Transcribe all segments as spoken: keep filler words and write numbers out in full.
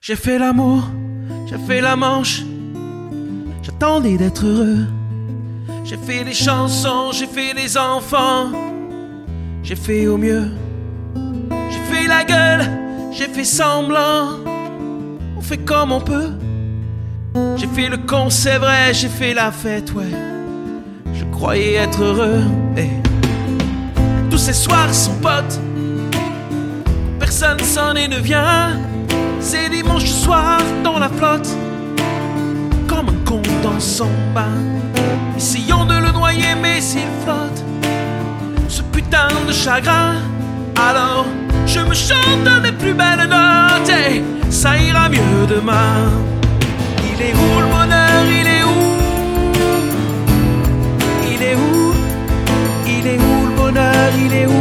J'ai fait l'amour, j'ai fait la manche, j'attendais d'être heureux. J'ai fait des chansons, j'ai fait des enfants, j'ai fait au mieux. J'ai fait la gueule, j'ai fait semblant, on fait comme on peut. J'ai fait le con, c'est vrai, j'ai fait la fête, ouais. Je croyais être heureux, et tous ces soirs sont potes, personne s'en est ne vient. C'est dimanche soir dans la flotte, comme un con dans son bain. Essayons de le noyer mais il flotte, ce putain de chagrin. Alors je me chante mes plus belles notes et ça ira mieux demain. Il est où le bonheur, il est où? Il est où? Il est où le bonheur, il est où?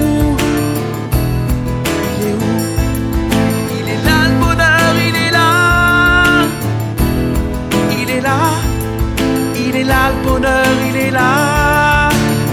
Il est là, le bonheur, il est là.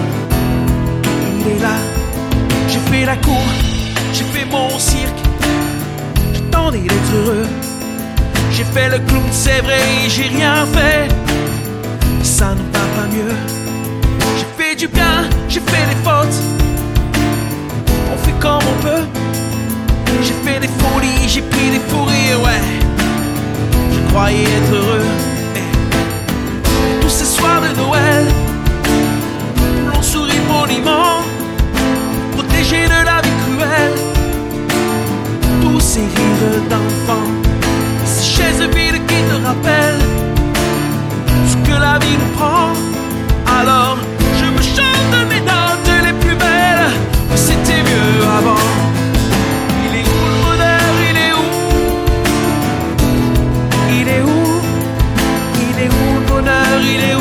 Il est là. J'ai fait la cour, j'ai fait mon cirque, j'attendais d'être heureux. J'ai fait le clown, c'est vrai, j'ai rien fait, ça ne va pas mieux. J'ai fait du bien, j'ai fait des fautes, on fait comme on peut. J'ai fait des folies, j'ai pris des fous rires, ouais. Je croyais être heureux. Tous ces soirs de Noël, l'on sourit poliment, protégé de la vie cruelle. Tous ces rires d'enfants, ces chaises vides qui te rappellent ce que la vie nous prend. Alors je me chante mes notes les plus belles, c'était mieux avant. Il est où le bonheur, il est où? Il est où? Il est où le bonheur, il est où?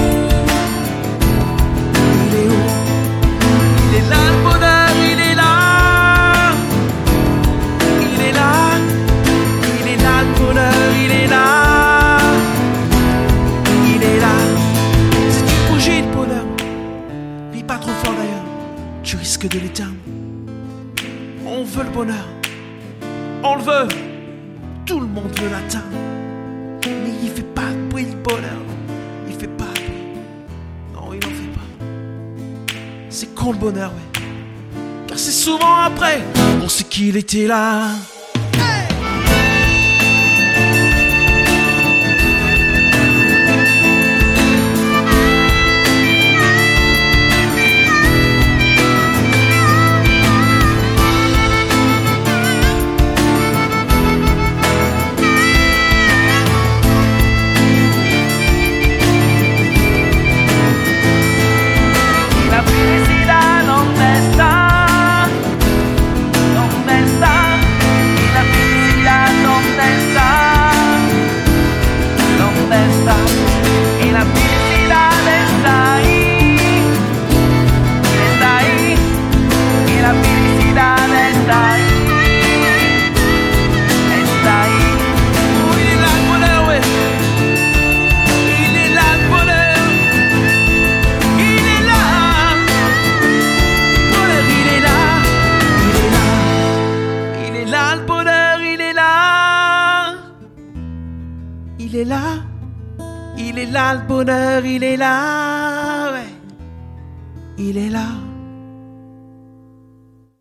Il est où? Il est là le bonheur, il est là. Il est là. Il est là le bonheur, il est là. Il est là. C'est une bougie de bonheur. Vis pas trop fort d'ailleurs, tu risques de l'éteindre. On veut le bonheur, on le veut, tout le monde veut l'atteindre. Mais il fait pas de bruit le bonheur, il fait pas de bruit. Non, il en fait pas. C'est con le bonheur, ouais. Car c'est souvent après on sait qu'il était là. Il est là, il est là le bonheur, il est là, ouais. Il est là.